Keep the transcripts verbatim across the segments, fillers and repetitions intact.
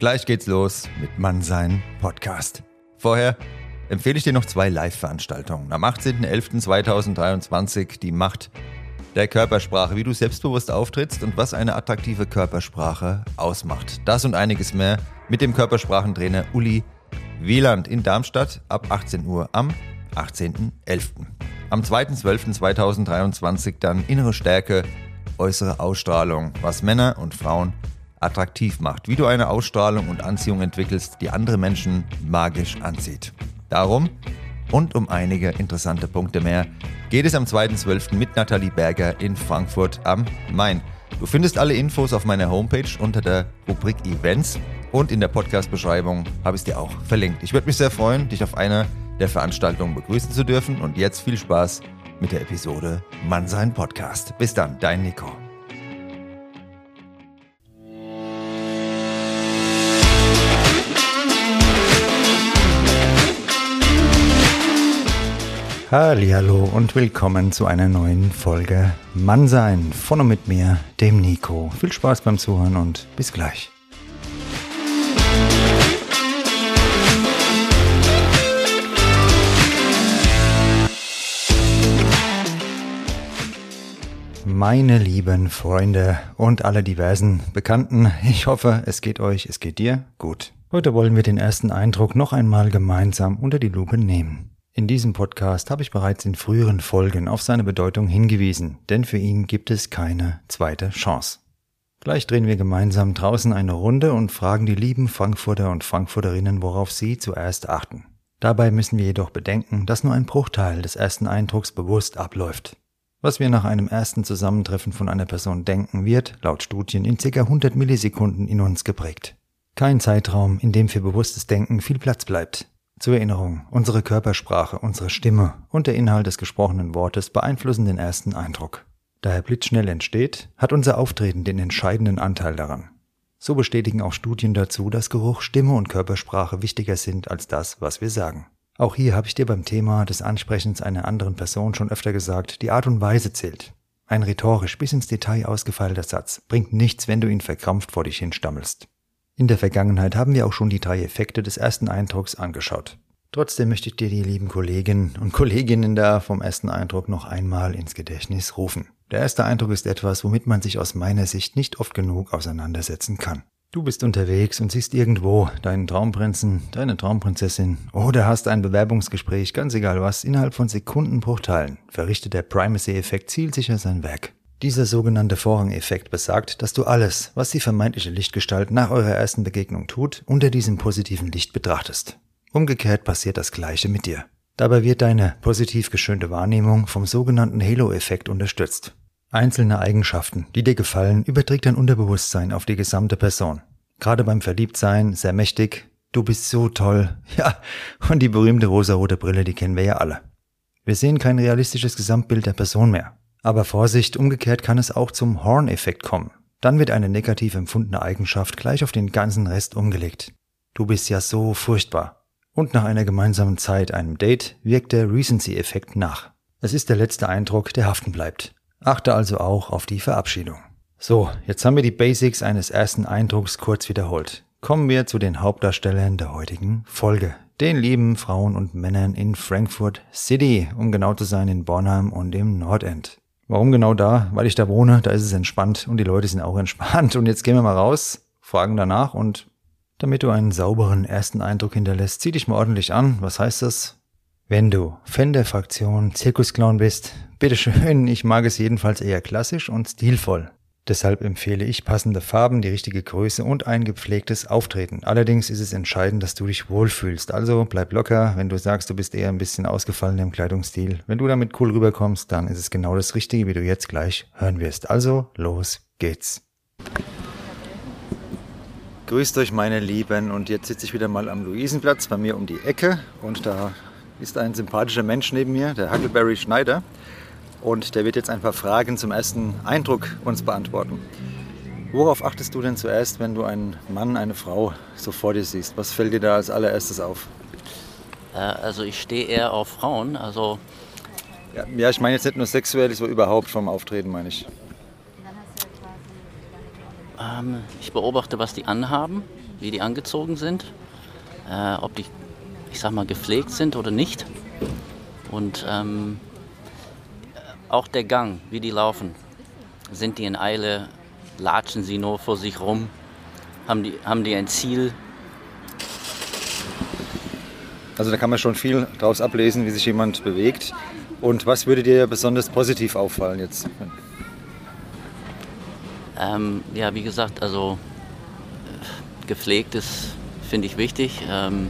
Gleich geht's los mit Mannsein Podcast. Vorher empfehle ich dir noch zwei Live-Veranstaltungen. Am achtzehnten elften zweitausenddreiundzwanzig die Macht der Körpersprache, wie du selbstbewusst auftrittst und was eine attraktive Körpersprache ausmacht. Das und einiges mehr mit dem Körpersprachentrainer Uli Wieland in Darmstadt ab achtzehn Uhr am achtzehnten elften Am zweiten zwölften zweitausenddreiundzwanzig dann innere Stärke, äußere Ausstrahlung, was Männer und Frauen attraktiv macht, wie du eine Ausstrahlung und Anziehung entwickelst, die andere Menschen magisch anzieht. Darum und um einige interessante Punkte mehr geht es am zweiten zwölften mit Nathalie Berger in Frankfurt am Main. Du findest alle Infos auf meiner Homepage unter der Rubrik Events und in der Podcast-Beschreibung habe ich es dir auch verlinkt. Ich würde mich sehr freuen, dich auf einer der Veranstaltungen begrüßen zu dürfen und jetzt viel Spaß mit der Episode Mannsein Podcast. Bis dann, dein Nico. Hallihallo und willkommen zu einer neuen Folge Mannsein von und mit mir, dem Nico. Viel Spaß beim Zuhören und bis gleich. Meine lieben Freunde und alle diversen Bekannten, ich hoffe, es geht euch, es geht dir gut. Heute wollen wir den ersten Eindruck noch einmal gemeinsam unter die Lupe nehmen. In diesem Podcast habe ich bereits in früheren Folgen auf seine Bedeutung hingewiesen, denn für ihn gibt es keine zweite Chance. Gleich drehen wir gemeinsam draußen eine Runde und fragen die lieben Frankfurter und Frankfurterinnen, worauf sie zuerst achten. Dabei müssen wir jedoch bedenken, dass nur ein Bruchteil des ersten Eindrucks bewusst abläuft. Was wir nach einem ersten Zusammentreffen von einer Person denken, wird, laut Studien, in ca. hundert Millisekunden in uns geprägt. Kein Zeitraum, in dem für bewusstes Denken viel Platz bleibt. Zur Erinnerung, unsere Körpersprache, unsere Stimme und der Inhalt des gesprochenen Wortes beeinflussen den ersten Eindruck. Da er blitzschnell entsteht, hat unser Auftreten den entscheidenden Anteil daran. So bestätigen auch Studien dazu, dass Geruch, Stimme und Körpersprache wichtiger sind als das, was wir sagen. Auch hier habe ich dir beim Thema des Ansprechens einer anderen Person schon öfter gesagt, die Art und Weise zählt. Ein rhetorisch bis ins Detail ausgefeilter Satz bringt nichts, wenn du ihn verkrampft vor dich hinstammelst. In der Vergangenheit haben wir auch schon die drei Effekte des ersten Eindrucks angeschaut. Trotzdem möchte ich dir die lieben Kollegen und Kolleginnen da vom ersten Eindruck noch einmal ins Gedächtnis rufen. Der erste Eindruck ist etwas, womit man sich aus meiner Sicht nicht oft genug auseinandersetzen kann. Du bist unterwegs und siehst irgendwo deinen Traumprinzen, deine Traumprinzessin oder hast ein Bewerbungsgespräch, ganz egal was, innerhalb von Sekundenbruchteilen verrichtet der Primacy-Effekt zielsicher sein Werk. Dieser sogenannte Vorhang-Effekt besagt, dass du alles, was die vermeintliche Lichtgestalt nach eurer ersten Begegnung tut, unter diesem positiven Licht betrachtest. Umgekehrt passiert das Gleiche mit dir. Dabei wird deine positiv geschönte Wahrnehmung vom sogenannten Halo-Effekt unterstützt. Einzelne Eigenschaften, die dir gefallen, überträgt dein Unterbewusstsein auf die gesamte Person. Gerade beim Verliebtsein, sehr mächtig, du bist so toll, ja, und die berühmte rosarote Brille, die kennen wir ja alle. Wir sehen kein realistisches Gesamtbild der Person mehr. Aber Vorsicht, umgekehrt kann es auch zum Horn-Effekt kommen. Dann wird eine negativ empfundene Eigenschaft gleich auf den ganzen Rest umgelegt. Du bist ja so furchtbar. Und nach einer gemeinsamen Zeit, einem Date, wirkt der Recency-Effekt nach. Es ist der letzte Eindruck, der haften bleibt. Achte also auch auf die Verabschiedung. So, jetzt haben wir die Basics eines ersten Eindrucks kurz wiederholt. Kommen wir zu den Hauptdarstellern der heutigen Folge. Den lieben Frauen und Männern in Frankfurt City, um genau zu sein in Bornheim und im Nordend. Warum genau da? Weil ich da wohne, da ist es entspannt und die Leute sind auch entspannt. Und jetzt gehen wir mal raus, fragen danach und damit du einen sauberen ersten Eindruck hinterlässt, zieh dich mal ordentlich an. Was heißt das? Wenn du Fan der Fraktion Zirkusclown bist, bitteschön, ich mag es jedenfalls eher klassisch und stilvoll. Deshalb empfehle ich passende Farben, die richtige Größe und ein gepflegtes Auftreten. Allerdings ist es entscheidend, dass du dich wohlfühlst. Also bleib locker, wenn du sagst, du bist eher ein bisschen ausgefallen im Kleidungsstil. Wenn du damit cool rüberkommst, dann ist es genau das Richtige, wie du jetzt gleich hören wirst. Also, los geht's. Grüßt euch meine Lieben und jetzt sitze ich wieder mal am Luisenplatz bei mir um die Ecke und da ist ein sympathischer Mensch neben mir, der Huckleberry Schneider. Und der wird jetzt ein paar Fragen zum ersten Eindruck uns beantworten. Worauf achtest du denn zuerst, wenn du einen Mann, eine Frau so vor dir siehst? Was fällt dir da als allererstes auf? Äh, also ich stehe eher auf Frauen, also... Ja, ja, ich meine jetzt nicht nur sexuell, so überhaupt vom Auftreten, meine ich. Ähm, ich beobachte, was die anhaben. wie die angezogen sind, äh, ob die, ich sag mal, gepflegt sind oder nicht. Und ähm, auch der Gang, wie die laufen. Sind die in Eile? Latschen sie nur vor sich rum? Haben die, haben die ein Ziel? Also da kann man schon viel daraus ablesen, wie sich jemand bewegt. Und was würde dir besonders positiv auffallen jetzt? Ähm, ja, wie gesagt, also äh, gepflegt ist, finde ich wichtig. Ähm,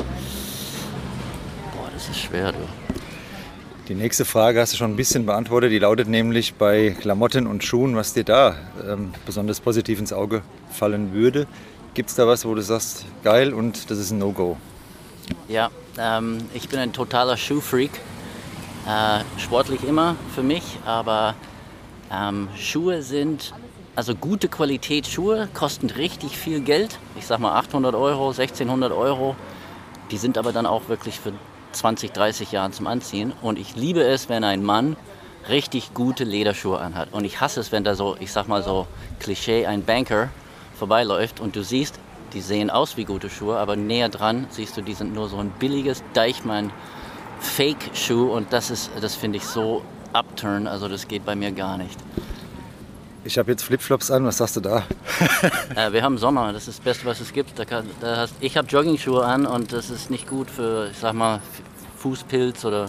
boah, das ist schwer, du. Die nächste Frage hast du schon ein bisschen beantwortet. Die lautet nämlich bei Klamotten und Schuhen, was dir da ähm, besonders positiv ins Auge fallen würde. Gibt es da was, wo du sagst, geil und das ist ein No-Go? Ja, ähm, ich bin ein totaler Schuhfreak. Äh, sportlich immer für mich, aber ähm, Schuhe sind, also gute Qualität Schuhe kosten richtig viel Geld. Ich sag mal achthundert Euro, sechzehnhundert Euro. Die sind aber dann auch wirklich für zwanzig, dreißig Jahren zum Anziehen. Und ich liebe es, wenn ein Mann richtig gute Lederschuhe anhat. Und ich hasse es, wenn da so, ich sag mal so Klischee, ein Banker vorbeiläuft und du siehst, die sehen aus wie gute Schuhe, aber näher dran siehst du, die sind nur so ein billiges Deichmann-Fake-Schuh und das ist, das finde ich so upturn, also das geht bei mir gar nicht. Ich habe jetzt Flipflops an, was sagst du da? äh, wir haben Sommer, das ist das Beste, was es gibt. Da kann, da hast, ich habe Joggingschuhe an und das ist nicht gut für, ich sag mal, Fußpilz oder...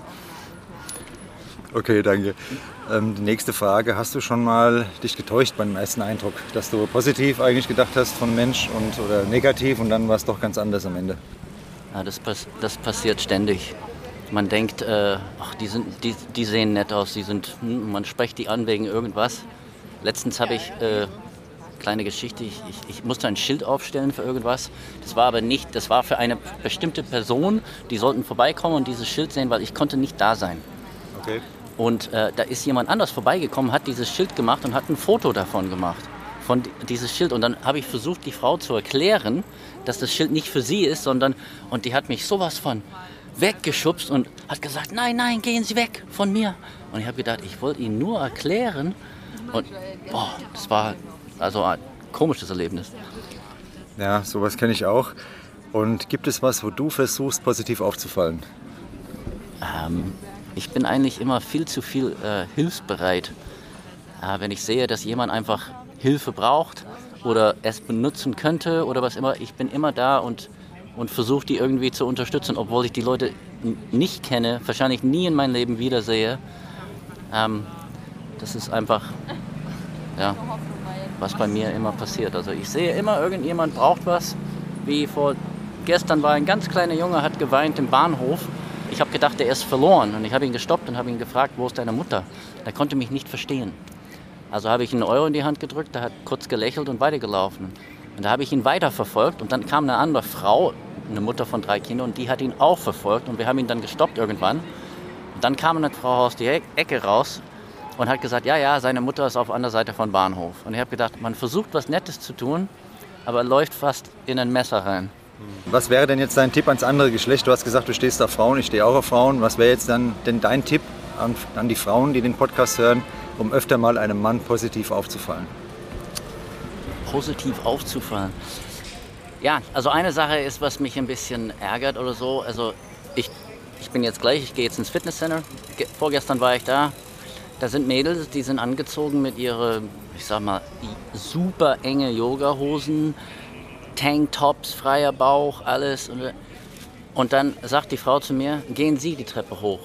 Okay, danke. Ähm, die nächste Frage, hast du schon mal dich getäuscht beim ersten Eindruck, dass du positiv eigentlich gedacht hast von einem Mensch und, oder negativ und dann war es doch ganz anders am Ende? Ja, das, pass, das passiert ständig. Man denkt, äh, ach, die, sind, die, die sehen nett aus, die sind, hm, man spricht die an wegen irgendwas. Letztens habe ich, äh, kleine Geschichte, ich, ich, ich musste ein Schild aufstellen für irgendwas. Das war aber nicht, das war für eine bestimmte Person, die sollten vorbeikommen und dieses Schild sehen, weil ich konnte nicht da sein. Okay. Und äh, da ist jemand anders vorbeigekommen, hat dieses Schild gemacht und hat ein Foto davon gemacht, von dieses Schild. Und dann habe ich versucht, die Frau zu erklären, dass das Schild nicht für sie ist, sondern, und die hat mich sowas von weggeschubst und hat gesagt, nein, nein, gehen Sie weg von mir. Und ich habe gedacht, ich wollte Ihnen nur erklären. Und boah, das war also ein komisches Erlebnis. Ja, sowas kenne ich auch. Und gibt es was, wo du versuchst, positiv aufzufallen? Ähm, ich bin eigentlich immer viel zu viel äh, hilfsbereit. Äh, wenn ich sehe, dass jemand einfach Hilfe braucht oder es benutzen könnte oder was immer, ich bin immer da und, und versuche die irgendwie zu unterstützen, obwohl ich die Leute n- nicht kenne, wahrscheinlich nie in meinem Leben wiedersehe. Ähm, das ist einfach, ja, was bei mir immer passiert. Also ich sehe immer, irgendjemand braucht was. Wie vor gestern war ein ganz kleiner Junge, hat geweint im Bahnhof. Ich habe gedacht, er ist verloren. Und ich habe ihn gestoppt und habe ihn gefragt, wo ist deine Mutter? Er konnte mich nicht verstehen. Also habe ich einen Euro in die Hand gedrückt, der hat kurz gelächelt und weitergelaufen. Und da habe ich ihn weiterverfolgt und dann kam eine andere Frau, eine Mutter von drei Kindern, und die hat ihn auch verfolgt. Und wir haben ihn dann gestoppt irgendwann. Und dann kam eine Frau aus der Ecke raus und hat gesagt, ja, ja, seine Mutter ist auf der anderen Seite vom Bahnhof. Und ich habe gedacht, man versucht was Nettes zu tun, aber läuft fast in ein Messer rein. Was wäre denn jetzt dein Tipp ans andere Geschlecht? Du hast gesagt, du stehst auf Frauen, ich stehe auch auf Frauen. Was wäre jetzt dann denn dein Tipp an, an die Frauen, die den Podcast hören, um öfter mal einem Mann positiv aufzufallen? Positiv aufzufallen? Ja, also eine Sache ist, was mich ein bisschen ärgert oder so. Also ich, ich bin jetzt gleich, ich gehe jetzt ins Fitnesscenter. Ge- vorgestern war ich da. Da sind Mädels, die sind angezogen mit ihren, ich sag mal, super enge Yogahosen, Tanktops, freier Bauch, alles. Und, und dann sagt die Frau zu mir, gehen Sie die Treppe hoch.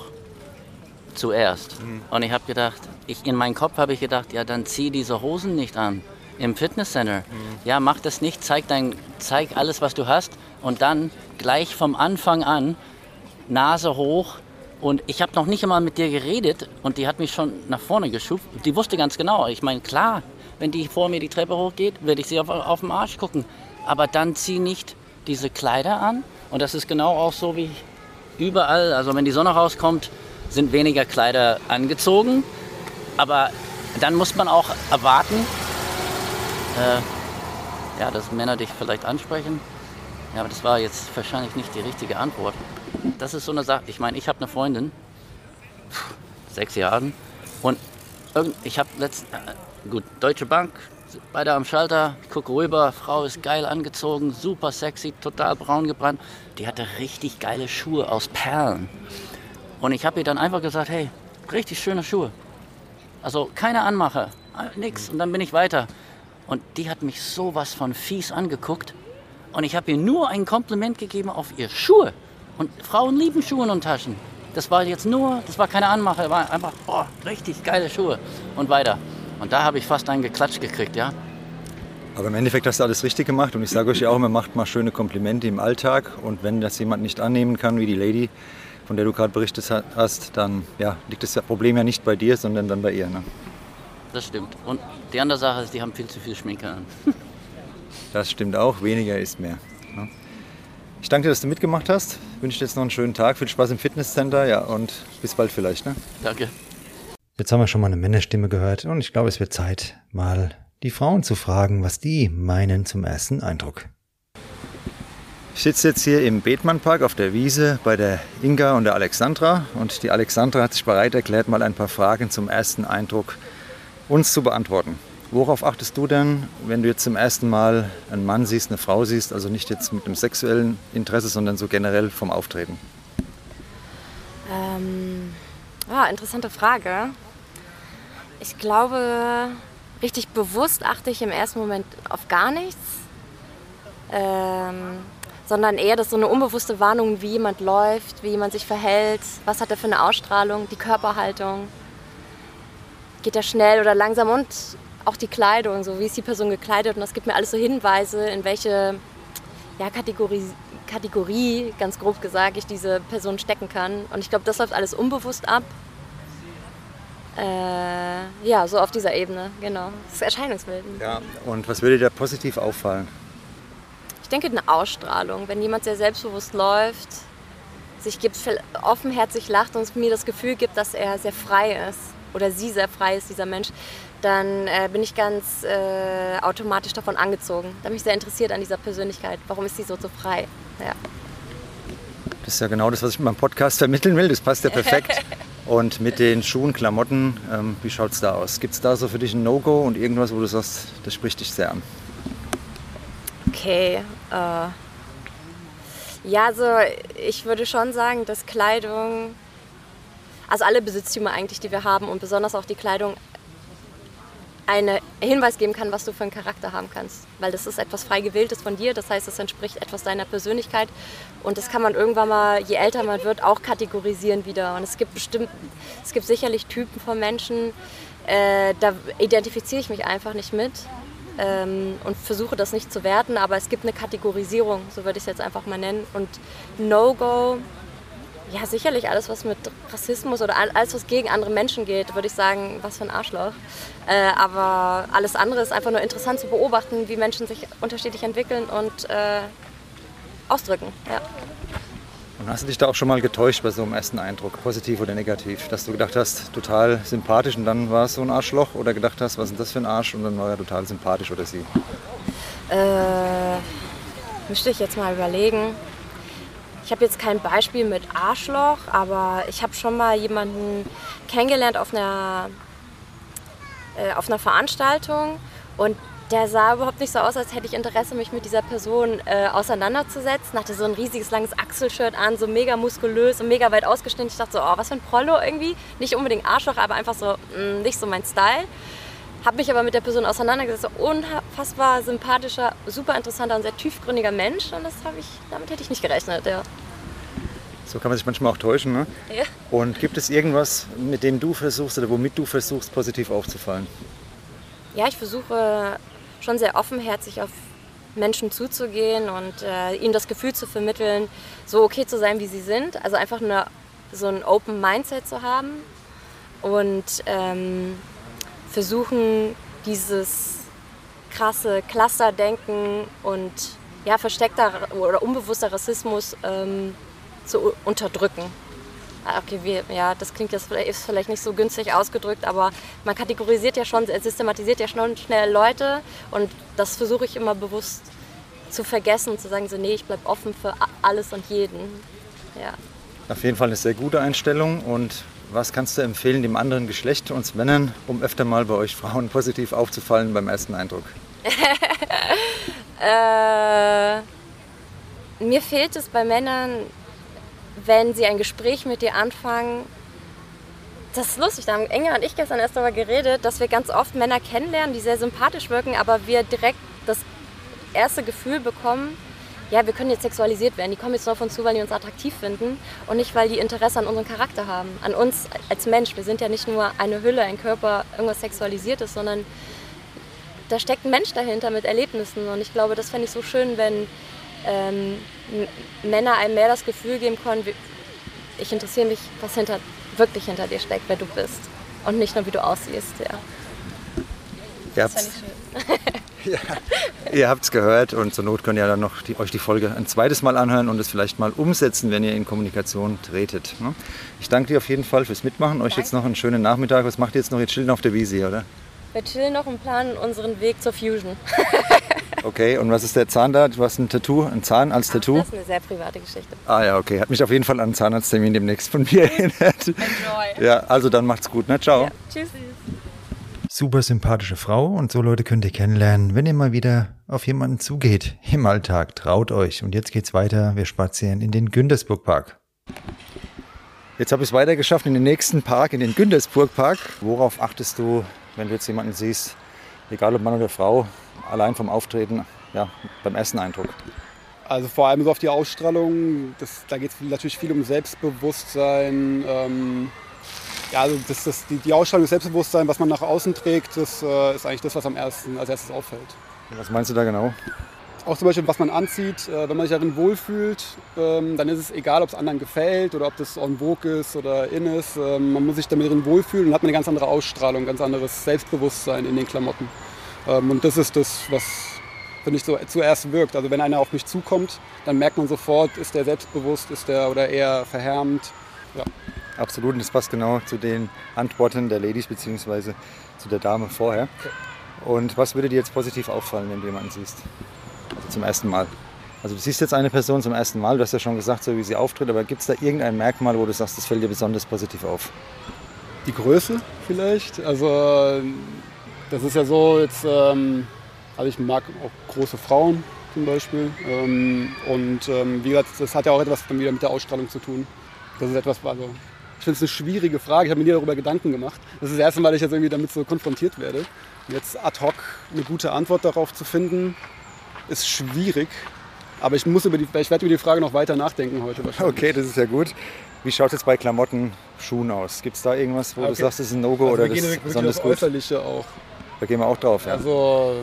Zuerst. Mhm. Und ich habe gedacht, ich, in meinem Kopf habe ich gedacht, ja, dann zieh diese Hosen nicht an. Im Fitnesscenter. Mhm. Ja, mach das nicht, zeig, dein, zeig alles, was du hast. Und dann gleich vom Anfang an, Nase hoch. Und ich habe noch nicht einmal mit dir geredet und die hat mich schon nach vorne geschoben. Die wusste ganz genau, ich meine, klar, wenn die vor mir die Treppe hochgeht, werde ich sie auf, auf den Arsch gucken. Aber dann zieh nicht diese Kleider an. Und das ist genau auch so wie überall. Also wenn die Sonne rauskommt, sind weniger Kleider angezogen. Aber dann muss man auch erwarten, äh, ja, dass Männer dich vielleicht ansprechen. Ja, aber das war jetzt wahrscheinlich nicht die richtige Antwort. Das ist so eine Sache. Ich meine, ich habe eine Freundin, sechs Jahren, und irgend, ich habe letztens, äh, gut, Deutsche Bank, Beide am Schalter, ich gucke rüber, Frau ist geil angezogen, super sexy, total braun gebrannt. Die hatte richtig geile Schuhe aus Perlen. Und ich habe ihr dann einfach gesagt, hey, richtig schöne Schuhe. Also keine Anmache, nix. Und dann bin ich weiter. Und die hat mich sowas von fies angeguckt. Und ich habe ihr nur ein Kompliment gegeben auf ihre Schuhe. Und Frauen lieben Schuhe und Taschen. Das war jetzt nur, das war keine Anmache, war einfach, boah, richtig geile Schuhe. Und weiter. Und da habe ich fast einen geklatscht gekriegt, ja. Aber im Endeffekt hast du alles richtig gemacht. Und ich sage euch ja auch immer, macht mal schöne Komplimente im Alltag. Und wenn das jemand nicht annehmen kann, wie die Lady, von der du gerade berichtet hast, dann ja, liegt das Problem ja nicht bei dir, sondern dann bei ihr. Ne? Das stimmt. Und die andere Sache ist, die haben viel zu viel Schminke an. Das stimmt auch, weniger ist mehr. Ne? Ich danke dir, dass du mitgemacht hast. Ich wünsche dir jetzt noch einen schönen Tag, viel Spaß im Fitnesscenter, ja, und bis bald vielleicht. Ne? Danke. Jetzt haben wir schon mal eine Männerstimme gehört und ich glaube, es wird Zeit, mal die Frauen zu fragen, was die meinen zum ersten Eindruck. Ich sitze jetzt hier im Bethmann-Park auf der Wiese bei der Inga und der Alexandra. Und die Alexandra hat sich bereit erklärt, mal ein paar Fragen zum ersten Eindruck uns zu beantworten. Worauf achtest du denn, wenn du jetzt zum ersten Mal einen Mann siehst, eine Frau siehst, also nicht jetzt mit einem sexuellen Interesse, sondern so generell vom Auftreten? Ähm, ah, interessante Frage. Ich glaube, richtig bewusst achte ich im ersten Moment auf gar nichts, ähm, sondern eher, dass so eine unbewusste Warnung, wie jemand läuft, wie jemand sich verhält, was hat er für eine Ausstrahlung, die Körperhaltung, geht er schnell oder langsam und auch die Kleidung, so wie ist die Person gekleidet, und das gibt mir alles so Hinweise, in welche ja, Kategorie, Kategorie, ganz grob gesagt, ich diese Person stecken kann. Und ich glaube, das läuft alles unbewusst ab. Äh, ja, so auf dieser Ebene, genau. Das ist Erscheinungsbild. Ja, und was würde dir da positiv auffallen? Ich denke, eine Ausstrahlung. Wenn jemand sehr selbstbewusst läuft, sich gibt, offenherzig lacht und mir das Gefühl gibt, dass er sehr frei ist oder sie sehr frei ist, dieser Mensch, dann äh, bin ich ganz äh, automatisch davon angezogen. Da bin ich sehr interessiert an dieser Persönlichkeit. Warum ist sie so, so frei? Ja. Das ist ja genau das, was ich mit meinem Podcast vermitteln will. Das passt ja perfekt. Und mit den Schuhen, Klamotten, ähm, wie schaut es da aus? Gibt es da so für dich ein No-Go und irgendwas, wo du sagst, das spricht dich sehr an? Okay. Äh, ja, also ich würde schon sagen, dass Kleidung, also alle Besitztümer eigentlich, die wir haben und besonders auch die Kleidung, einen Hinweis geben kann, was du für einen Charakter haben kannst. Weil das ist etwas frei gewähltes von dir, das heißt, es entspricht etwas deiner Persönlichkeit und das kann man irgendwann mal, je älter man wird, auch kategorisieren wieder. Und es gibt bestimmt, es gibt sicherlich Typen von Menschen, äh, da identifiziere ich mich einfach nicht mit ähm, und versuche das nicht zu werten, aber es gibt eine Kategorisierung, so würde ich es jetzt einfach mal nennen. Und No-Go, ja, sicherlich alles, was mit Rassismus oder alles, was gegen andere Menschen geht, würde ich sagen, was für ein Arschloch. Äh, aber alles andere ist einfach nur interessant zu beobachten, wie Menschen sich unterschiedlich entwickeln und äh, ausdrücken. Ja. Und hast du dich da auch schon mal getäuscht bei so einem ersten Eindruck, positiv oder negativ? Dass du gedacht hast, total sympathisch und dann war es so ein Arschloch? Oder gedacht hast, was ist denn das für ein Arsch und dann war er total sympathisch oder sie? Äh, müsste ich jetzt mal überlegen. Ich habe jetzt kein Beispiel mit Arschloch, aber ich habe schon mal jemanden kennengelernt auf einer, äh, auf einer Veranstaltung und der sah überhaupt nicht so aus, als hätte ich Interesse, mich mit dieser Person äh, auseinanderzusetzen. Hatte so ein riesiges, langes Achselshirt an, so mega muskulös und mega weit ausgeschnitten. Ich dachte so, oh, was für ein Prollo irgendwie. Nicht unbedingt Arschloch, aber einfach so, mh, nicht so mein Style. Habe mich aber mit der Person auseinandergesetzt. So unfassbar sympathischer, super interessanter und sehr tiefgründiger Mensch. Und das habe ich, damit hätte ich nicht gerechnet, ja. So kann man sich manchmal auch täuschen, ne? Ja. Und gibt es irgendwas, mit dem du versuchst oder womit du versuchst, positiv aufzufallen? Ja, ich versuche schon sehr offenherzig auf Menschen zuzugehen und äh, ihnen das Gefühl zu vermitteln, so okay zu sein, wie sie sind. Also einfach eine, so ein Open Mindset zu haben und ähm, versuchen, dieses krasse Clusterdenken und ja, versteckter oder unbewusster Rassismus ähm, zu unterdrücken. Okay, wir, ja, das klingt jetzt ist vielleicht nicht so günstig ausgedrückt, aber man kategorisiert ja schon, systematisiert ja schon schnell Leute und das versuche ich immer bewusst zu vergessen und zu sagen, so nee, ich bleibe offen für alles und jeden. Ja. Auf jeden Fall eine sehr gute Einstellung und was kannst du empfehlen dem anderen Geschlecht, uns Männern, um öfter mal bei euch Frauen positiv aufzufallen beim ersten Eindruck? äh, mir fehlt es bei Männern, wenn sie ein Gespräch mit dir anfangen. Das ist lustig, da haben Inge und ich gestern erst darüber geredet, dass wir ganz oft Männer kennenlernen, die sehr sympathisch wirken, aber wir direkt das erste Gefühl bekommen, ja, wir können jetzt sexualisiert werden. Die kommen jetzt nur auf uns zu, weil die uns attraktiv finden und nicht, weil die Interesse an unserem Charakter haben, an uns als Mensch. Wir sind ja nicht nur eine Hülle, ein Körper, irgendwas Sexualisiertes, sondern da steckt ein Mensch dahinter mit Erlebnissen. Und ich glaube, das fände ich so schön, wenn ähm, Männer einem mehr das Gefühl geben können, ich interessiere mich, was hinter, wirklich hinter dir steckt, wer du bist. Und nicht nur, wie du aussiehst. Ja. Das fände ich schön. Ja, ihr habt es gehört und zur Not könnt ihr dann noch die, euch die Folge ein zweites Mal anhören und es vielleicht mal umsetzen, wenn ihr in Kommunikation tretet. Ich danke dir auf jeden Fall fürs Mitmachen. Euch danke. Jetzt noch einen schönen Nachmittag. Was macht ihr jetzt noch? Jetzt chillen auf der Wiese, oder? Wir chillen noch und planen unseren Weg zur Fusion. Okay, und was ist der Zahn da? Du hast ein Tattoo, ein Zahn als Ach, Tattoo? Das ist eine sehr private Geschichte. Ah ja, okay. Hat mich auf jeden Fall an einen Zahnarzttermin demnächst von mir erinnert. Enjoy. Ja, also dann macht's gut, ne? Ciao. Ja, tschüss. Super sympathische Frau und so Leute könnt ihr kennenlernen, wenn ihr mal wieder auf jemanden zugeht im Alltag. Traut euch. Und jetzt geht's weiter. Wir spazieren in den Güntersburg-Park. Jetzt habe ich es weiter geschafft in den nächsten Park, in den Güntersburg-Park. Worauf achtest du, wenn du jetzt jemanden siehst, egal ob Mann oder Frau, allein vom Auftreten, ja, beim ersten Eindruck? Also vor allem so auf die Ausstrahlung. Das, da geht es natürlich viel um Selbstbewusstsein. Ähm Ja, also das, das, die, die Ausstrahlung, das Selbstbewusstsein, was man nach außen trägt, das äh, ist eigentlich das, was am ersten, als erstes auffällt. Was meinst du da genau? Auch zum Beispiel, was man anzieht. Äh, wenn man sich darin wohlfühlt, ähm, dann ist es egal, ob es anderen gefällt oder ob das en vogue ist oder in ist. Ähm, man muss sich damit darin wohlfühlen und hat eine ganz andere Ausstrahlung, ganz anderes Selbstbewusstsein in den Klamotten. Ähm, und das ist das, was, finde ich, so zuerst wirkt. Also wenn einer auf mich zukommt, dann merkt man sofort, ist der selbstbewusst, ist der oder eher verhärmt. Ja. Absolut, und das passt genau zu den Antworten der Ladies bzw. zu der Dame vorher. Und was würde dir jetzt positiv auffallen, wenn du jemanden siehst? Also zum ersten Mal. Also du siehst jetzt eine Person zum ersten Mal, du hast ja schon gesagt, so wie sie auftritt, aber gibt es da irgendein Merkmal, wo du sagst, das fällt dir besonders positiv auf? Die Größe vielleicht. Also das ist ja so, jetzt, ähm, also ich mag auch große Frauen zum Beispiel. Ähm, und ähm, wie gesagt, das hat ja auch etwas dann wieder mit der Ausstrahlung zu tun. Das ist etwas, also ich finde es eine schwierige Frage. Ich habe mir nie darüber Gedanken gemacht. Das ist das erste Mal, dass ich jetzt irgendwie damit so konfrontiert werde. Und jetzt ad hoc eine gute Antwort darauf zu finden, ist schwierig. Aber ich, muss über die, ich werde über die Frage noch weiter nachdenken heute wahrscheinlich. Okay, das ist ja gut. Wie schaut es jetzt bei Klamotten, Schuhen aus? Gibt es da irgendwas, wo okay. du sagst, das ist ein No-Go also oder wir das ist besonders das gut? Äußerliche auch. Da gehen wir auch drauf, ja. Also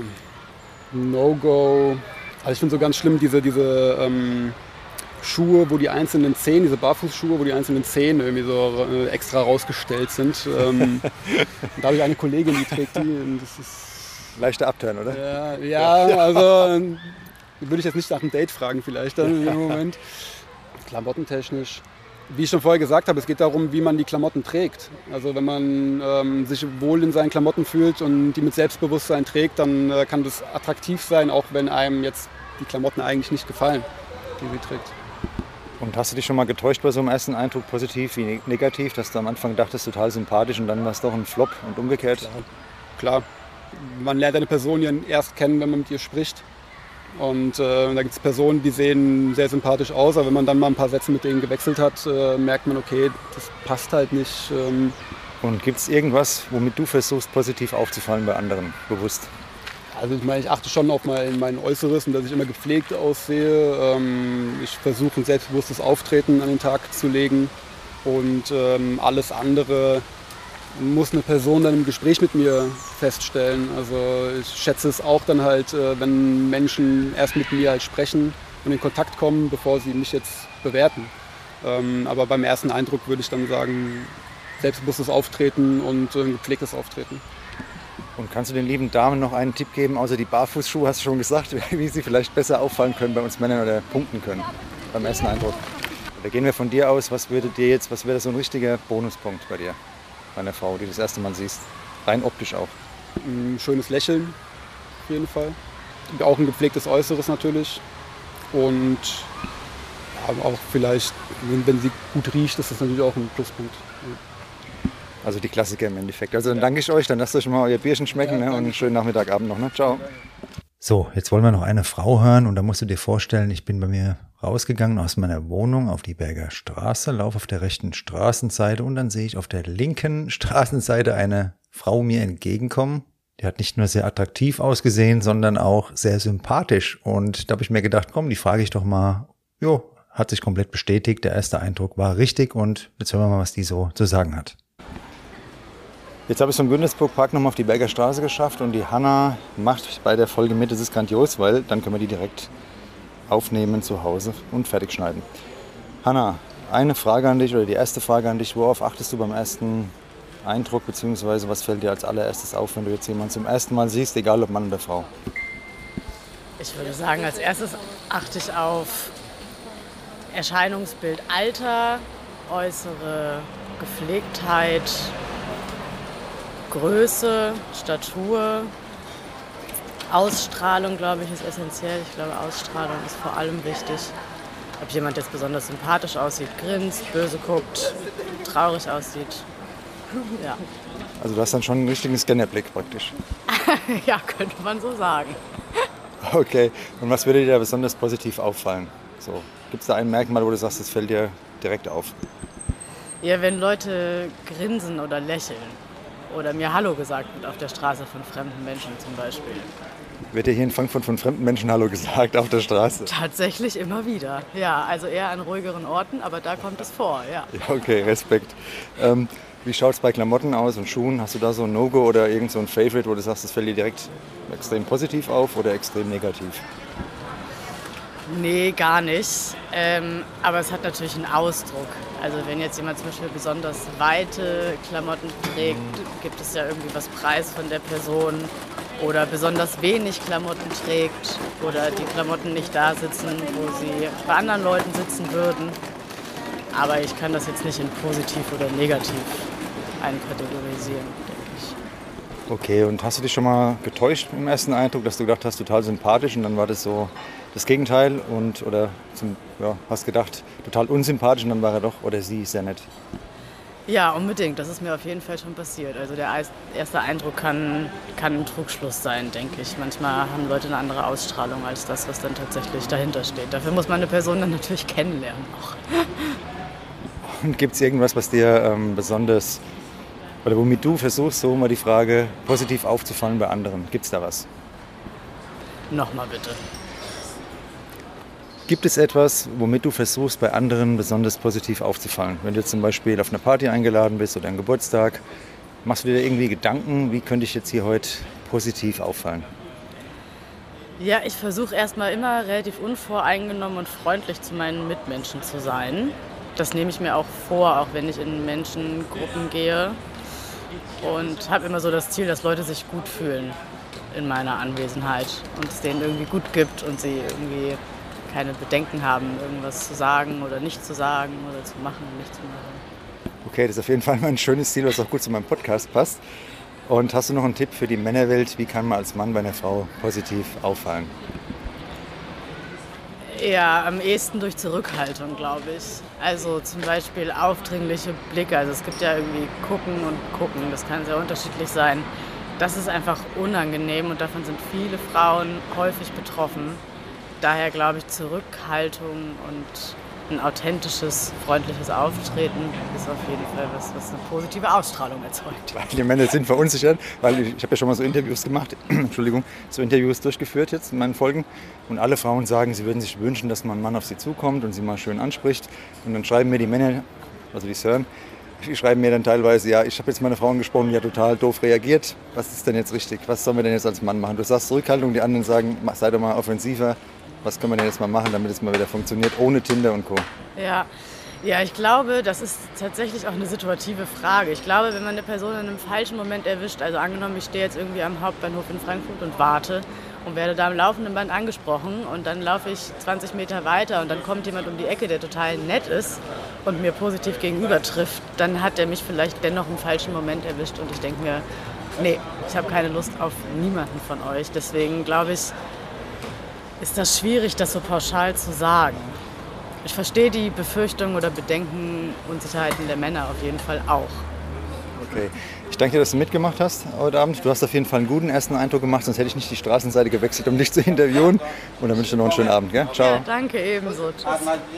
No-Go. Also ich finde so ganz schlimm diese, diese ähm, Schuhe, wo die einzelnen Zehen, diese Barfußschuhe, wo die einzelnen Zehen irgendwie so äh, extra rausgestellt sind. Ähm, da habe ich eine Kollegin, die trägt die. Und das ist leichter Abturn, oder? Ja, ja, also würde ich jetzt nicht nach einem Date fragen vielleicht dann in dem Moment. Klamottentechnisch. Wie ich schon vorher gesagt habe, es geht darum, wie man die Klamotten trägt. Also wenn man ähm, sich wohl in seinen Klamotten fühlt und die mit Selbstbewusstsein trägt, dann äh, kann das attraktiv sein, auch wenn einem jetzt die Klamotten eigentlich nicht gefallen, die sie trägt. Und hast du dich schon mal getäuscht bei so einem ersten Eindruck, positiv wie negativ, dass du am Anfang dachtest, total sympathisch und dann war es doch ein Flop und umgekehrt? Klar. Klar. Man lernt eine Person ja erst kennen, wenn man mit ihr spricht. Und äh, da gibt es Personen, die sehen sehr sympathisch aus, aber wenn man dann mal ein paar Sätze mit denen gewechselt hat, äh, merkt man, okay, das passt halt nicht. Ähm. Und gibt es irgendwas, womit du versuchst, positiv aufzufallen bei anderen, bewusst? Also ich meine, ich achte schon auf mein, mein Äußeres und dass ich immer gepflegt aussehe. Ähm, ich versuche ein selbstbewusstes Auftreten an den Tag zu legen und ähm, alles andere muss eine Person dann im Gespräch mit mir feststellen. Also ich schätze es auch dann halt, wenn Menschen erst mit mir halt sprechen und in Kontakt kommen, bevor sie mich jetzt bewerten. Aber beim ersten Eindruck würde ich dann sagen, selbstbewusstes Auftreten und ein gepflegtes Auftreten. Und kannst du den lieben Damen noch einen Tipp geben, außer die Barfußschuhe, hast du schon gesagt, wie sie vielleicht besser auffallen können bei uns Männern oder punkten können beim ersten Eindruck? Da gehen wir von dir aus, was würde dir jetzt, was wäre so ein richtiger Bonuspunkt bei dir? Einer Frau, die du das erste Mal siehst, rein optisch auch? Ein schönes Lächeln, auf jeden Fall. Auch ein gepflegtes Äußeres natürlich. Und ja, auch vielleicht, wenn, wenn sie gut riecht, ist das natürlich auch ein Pluspunkt. Also die Klassiker im Endeffekt. Also dann danke ich euch, dann lasst euch mal euer Bierchen schmecken, ne? Und einen schönen Nachmittagabend noch. Ne? Ciao. So, jetzt wollen wir noch eine Frau hören und da musst du dir vorstellen, ich bin bei mir rausgegangen aus meiner Wohnung auf die Berger Straße, laufe auf der rechten Straßenseite und dann sehe ich auf der linken Straßenseite eine Frau mir entgegenkommen. Die hat nicht nur sehr attraktiv ausgesehen, sondern auch sehr sympathisch und da habe ich mir gedacht, komm, die frage ich doch mal. Jo, hat sich komplett bestätigt, der erste Eindruck war richtig und jetzt hören wir mal, was die so zu sagen hat. Jetzt habe ich es vom Güntersburg Park nochmal auf die Berger Straße geschafft und die Hanna macht bei der Folge mit, das ist grandios, weil dann können wir die direkt aufnehmen zu Hause und fertig schneiden. Hanna, eine Frage an dich oder die erste Frage an dich, worauf achtest du beim ersten Eindruck, beziehungsweise was fällt dir als allererstes auf, wenn du jetzt jemanden zum ersten Mal siehst, egal ob Mann oder Frau? Ich würde sagen, als erstes achte ich auf Erscheinungsbild, Alter, äußere Gepflegtheit, Größe, Statur, Ausstrahlung, glaube ich, ist essentiell. Ich glaube, Ausstrahlung ist vor allem wichtig. Ob jemand jetzt besonders sympathisch aussieht, grinst, böse guckt, traurig aussieht. Ja. Also du hast dann schon einen richtigen Scannerblick praktisch. Ja, könnte man so sagen. Okay, und was würde dir da besonders positiv auffallen? So, gibt es da ein Merkmal, wo du sagst, das fällt dir direkt auf? Ja, wenn Leute grinsen oder lächeln. Oder mir Hallo gesagt wird auf der Straße von fremden Menschen zum Beispiel. Wird dir hier in Frankfurt von fremden Menschen Hallo gesagt auf der Straße? Tatsächlich immer wieder. Ja, also eher an ruhigeren Orten, aber da kommt es vor, ja. Ja, okay, Respekt. Ähm, wie schaut es bei Klamotten aus und Schuhen? Hast du da so ein No-Go oder irgend so ein Favorite, wo du sagst, das fällt dir direkt extrem positiv auf oder extrem negativ? Nee, gar nicht. Ähm, aber es hat natürlich einen Ausdruck. Also wenn jetzt jemand zum Beispiel besonders weite Klamotten trägt, gibt es ja irgendwie was Preis von der Person. Oder besonders wenig Klamotten trägt oder die Klamotten nicht da sitzen, wo sie bei anderen Leuten sitzen würden. Aber ich kann das jetzt nicht in positiv oder negativ einkategorisieren, denke ich. Okay, und hast du dich schon mal getäuscht im ersten Eindruck, dass du gedacht hast, total sympathisch und dann war das so das Gegenteil und oder zum, ja, hast gedacht, total unsympathisch und dann war er doch oder sie sehr nett? Ja, unbedingt. Das ist mir auf jeden Fall schon passiert. Also der erste Eindruck kann, kann ein Trugschluss sein, denke ich. Manchmal haben Leute eine andere Ausstrahlung als das, was dann tatsächlich dahinter steht. Dafür muss man eine Person dann natürlich kennenlernen auch. Und gibt es irgendwas, was dir ähm, besonders, oder womit du versuchst, so mal die Frage, positiv aufzufallen bei anderen? Gibt es da was? Nochmal bitte. Gibt es etwas, womit du versuchst, bei anderen besonders positiv aufzufallen? Wenn du jetzt zum Beispiel auf eine Party eingeladen bist oder einen Geburtstag, machst du dir irgendwie Gedanken, wie könnte ich jetzt hier heute positiv auffallen? Ja, ich versuche erstmal immer relativ unvoreingenommen und freundlich zu meinen Mitmenschen zu sein. Das nehme ich mir auch vor, auch wenn ich in Menschengruppen gehe. Und habe immer so das Ziel, dass Leute sich gut fühlen in meiner Anwesenheit und es denen irgendwie gut gibt und sie irgendwie keine Bedenken haben, irgendwas zu sagen oder nicht zu sagen oder zu machen und nicht zu machen. Okay, das ist auf jeden Fall mal ein schönes Ziel, was auch gut zu meinem Podcast passt. Und hast du noch einen Tipp für die Männerwelt? Wie kann man als Mann bei einer Frau positiv auffallen? Ja, am ehesten durch Zurückhaltung, glaube ich. Also zum Beispiel aufdringliche Blicke. Also es gibt ja irgendwie Gucken und Gucken. Das kann sehr unterschiedlich sein. Das ist einfach unangenehm und davon sind viele Frauen häufig betroffen. Daher glaube ich, Zurückhaltung und ein authentisches, freundliches Auftreten ist auf jeden Fall was, was eine positive Ausstrahlung erzeugt. Die Männer sind verunsichert, weil ich, ich habe ja schon mal so Interviews gemacht, Entschuldigung, so Interviews durchgeführt jetzt in meinen Folgen. Und alle Frauen sagen, sie würden sich wünschen, dass mal ein Mann auf sie zukommt und sie mal schön anspricht. Und dann schreiben mir die Männer, also die Sören, die schreiben mir dann teilweise, ja, ich habe jetzt meine Frau angesprochen, die hat total doof reagiert. Was ist denn jetzt richtig? Was sollen wir denn jetzt als Mann machen? Du sagst Zurückhaltung, die anderen sagen, sei doch mal offensiver. Was können wir denn jetzt mal machen, damit es mal wieder funktioniert, ohne Tinder und Co.? Ja, ja, ich glaube, das ist tatsächlich auch eine situative Frage. Ich glaube, wenn man eine Person in einem falschen Moment erwischt, also angenommen, ich stehe jetzt irgendwie am Hauptbahnhof in Frankfurt und warte und werde da am laufenden Band angesprochen und dann laufe ich zwanzig Meter weiter und dann kommt jemand um die Ecke, der total nett ist und mir positiv gegenüber trifft, dann hat er mich vielleicht dennoch im falschen Moment erwischt und ich denke mir, nee, ich habe keine Lust auf niemanden von euch. Deswegen glaube ich, ist das schwierig, das so pauschal zu sagen. Ich verstehe die Befürchtungen oder Bedenken, Unsicherheiten der Männer auf jeden Fall auch. Okay. Ich danke dir, dass du mitgemacht hast heute Abend. Du hast auf jeden Fall einen guten ersten Eindruck gemacht, sonst hätte ich nicht die Straßenseite gewechselt, um dich zu interviewen. Und dann wünsche ich dir noch einen schönen Abend. Gell? Ciao. Ja, danke ebenso. Tschüss.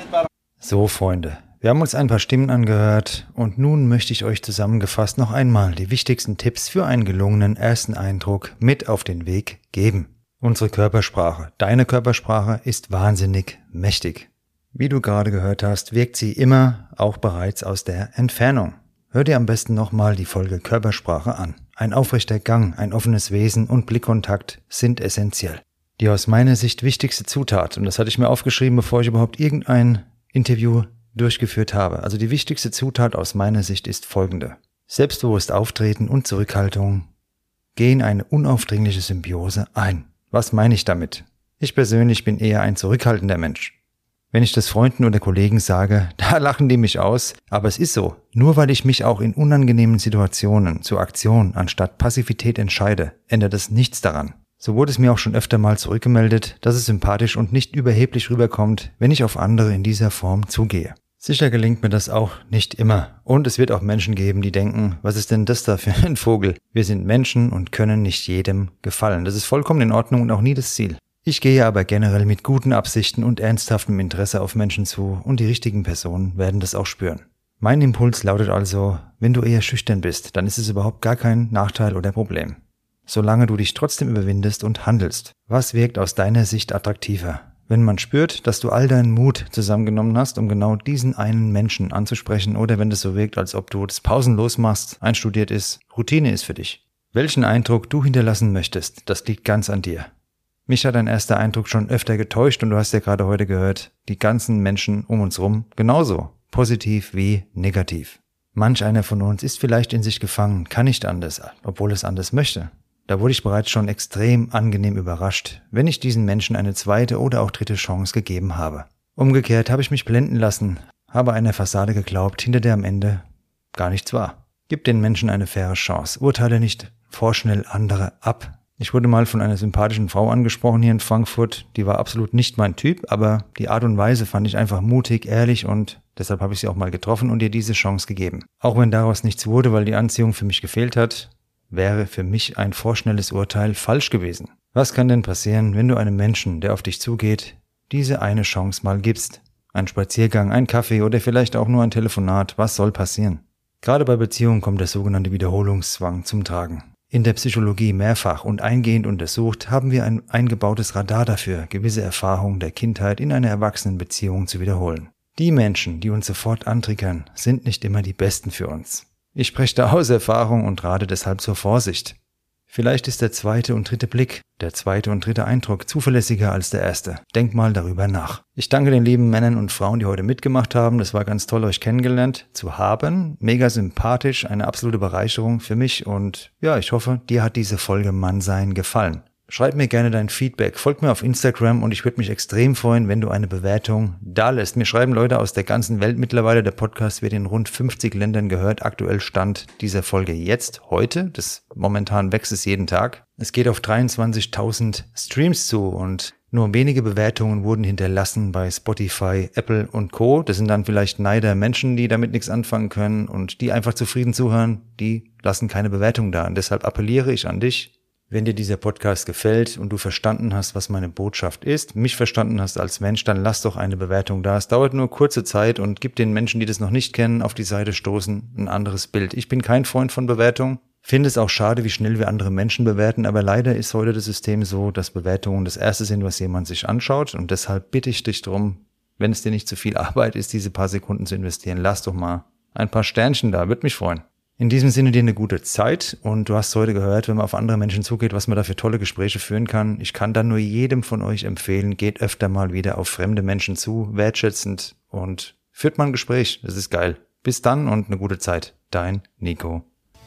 So, Freunde. Wir haben uns ein paar Stimmen angehört und nun möchte ich euch zusammengefasst noch einmal die wichtigsten Tipps für einen gelungenen ersten Eindruck mit auf den Weg geben. Unsere Körpersprache, deine Körpersprache ist wahnsinnig mächtig. Wie du gerade gehört hast, wirkt sie immer auch bereits aus der Entfernung. Hör dir am besten nochmal die Folge Körpersprache an. Ein aufrechter Gang, ein offenes Wesen und Blickkontakt sind essentiell. Die aus meiner Sicht wichtigste Zutat, und das hatte ich mir aufgeschrieben, bevor ich überhaupt irgendein Interview durchgeführt habe. Also die wichtigste Zutat aus meiner Sicht ist folgende. Selbstbewusst auftreten und Zurückhaltung gehen eine unaufdringliche Symbiose ein. Was meine ich damit? Ich persönlich bin eher ein zurückhaltender Mensch. Wenn ich das Freunden oder Kollegen sage, da lachen die mich aus, aber es ist so. Nur weil ich mich auch in unangenehmen Situationen zur Aktion anstatt Passivität entscheide, ändert es nichts daran. So wurde es mir auch schon öfter mal zurückgemeldet, dass es sympathisch und nicht überheblich rüberkommt, wenn ich auf andere in dieser Form zugehe. Sicher gelingt mir das auch nicht immer. Und es wird auch Menschen geben, die denken, was ist denn das da für ein Vogel? Wir sind Menschen und können nicht jedem gefallen. Das ist vollkommen in Ordnung und auch nie das Ziel. Ich gehe aber generell mit guten Absichten und ernsthaftem Interesse auf Menschen zu und die richtigen Personen werden das auch spüren. Mein Impuls lautet also, wenn du eher schüchtern bist, dann ist es überhaupt gar kein Nachteil oder Problem. Solange du dich trotzdem überwindest und handelst. Was wirkt aus deiner Sicht attraktiver? Wenn man spürt, dass du all deinen Mut zusammengenommen hast, um genau diesen einen Menschen anzusprechen, oder wenn es so wirkt, als ob du das pausenlos machst, einstudiert ist, Routine ist für dich. Welchen Eindruck du hinterlassen möchtest, das liegt ganz an dir. Mich hat dein erster Eindruck schon öfter getäuscht und du hast ja gerade heute gehört, die ganzen Menschen um uns rum genauso, positiv wie negativ. Manch einer von uns ist vielleicht in sich gefangen, kann nicht anders, obwohl es anders möchte. Da wurde ich bereits schon extrem angenehm überrascht, wenn ich diesen Menschen eine zweite oder auch dritte Chance gegeben habe. Umgekehrt habe ich mich blenden lassen, habe einer Fassade geglaubt, hinter der am Ende gar nichts war. Gib den Menschen eine faire Chance, urteile nicht vorschnell andere ab. Ich wurde mal von einer sympathischen Frau angesprochen hier in Frankfurt, die war absolut nicht mein Typ, aber die Art und Weise fand ich einfach mutig, ehrlich und deshalb habe ich sie auch mal getroffen und ihr diese Chance gegeben. Auch wenn daraus nichts wurde, weil die Anziehung für mich gefehlt hat, wäre für mich ein vorschnelles Urteil falsch gewesen. Was kann denn passieren, wenn du einem Menschen, der auf dich zugeht, diese eine Chance mal gibst? Ein Spaziergang, ein Kaffee oder vielleicht auch nur ein Telefonat, was soll passieren? Gerade bei Beziehungen kommt der sogenannte Wiederholungszwang zum Tragen. In der Psychologie mehrfach und eingehend untersucht, haben wir ein eingebautes Radar dafür, gewisse Erfahrungen der Kindheit in einer Erwachsenenbeziehung zu wiederholen. Die Menschen, die uns sofort antriggern, sind nicht immer die besten für uns. Ich spreche da aus Erfahrung und rate deshalb zur Vorsicht. Vielleicht ist der zweite und dritte Blick, der zweite und dritte Eindruck zuverlässiger als der erste. Denk mal darüber nach. Ich danke den lieben Männern und Frauen, die heute mitgemacht haben. Das war ganz toll, euch kennengelernt zu haben. Mega sympathisch, eine absolute Bereicherung für mich. Und ja, ich hoffe, dir hat diese Folge Mannsein gefallen. Schreib mir gerne dein Feedback, folg mir auf Instagram und ich würde mich extrem freuen, wenn du eine Bewertung da lässt. Mir schreiben Leute aus der ganzen Welt mittlerweile, der Podcast wird in rund fünfzig Ländern gehört. Aktuell Stand dieser Folge jetzt, heute, das momentan wächst es jeden Tag. Es geht auf dreiundzwanzigtausend Streams zu und nur wenige Bewertungen wurden hinterlassen bei Spotify, Apple und Co. Das sind dann vielleicht Neider Menschen, die damit nichts anfangen können und die einfach zufrieden zuhören, die lassen keine Bewertung da. Und deshalb appelliere ich an dich, wenn dir dieser Podcast gefällt und du verstanden hast, was meine Botschaft ist, mich verstanden hast als Mensch, dann lass doch eine Bewertung da. Es dauert nur kurze Zeit und gib den Menschen, die das noch nicht kennen, auf die Seite stoßen, ein anderes Bild. Ich bin kein Freund von Bewertung, finde es auch schade, wie schnell wir andere Menschen bewerten, aber leider ist heute das System so, dass Bewertungen das Erste sind, was jemand sich anschaut und deshalb bitte ich dich darum, wenn es dir nicht zu viel Arbeit ist, diese paar Sekunden zu investieren, lass doch mal ein paar Sternchen da, würde mich freuen. In diesem Sinne dir eine gute Zeit und du hast heute gehört, wenn man auf andere Menschen zugeht, was man da für tolle Gespräche führen kann. Ich kann dann nur jedem von euch empfehlen, geht öfter mal wieder auf fremde Menschen zu, wertschätzend und führt mal ein Gespräch. Das ist geil. Bis dann und eine gute Zeit. Dein Nico.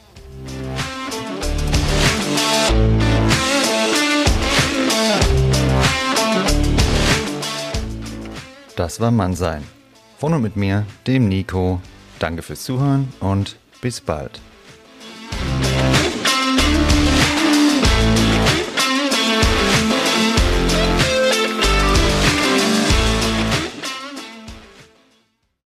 Das war Mannsein. Von und mit mir, dem Nico. Danke fürs Zuhören und bis bald.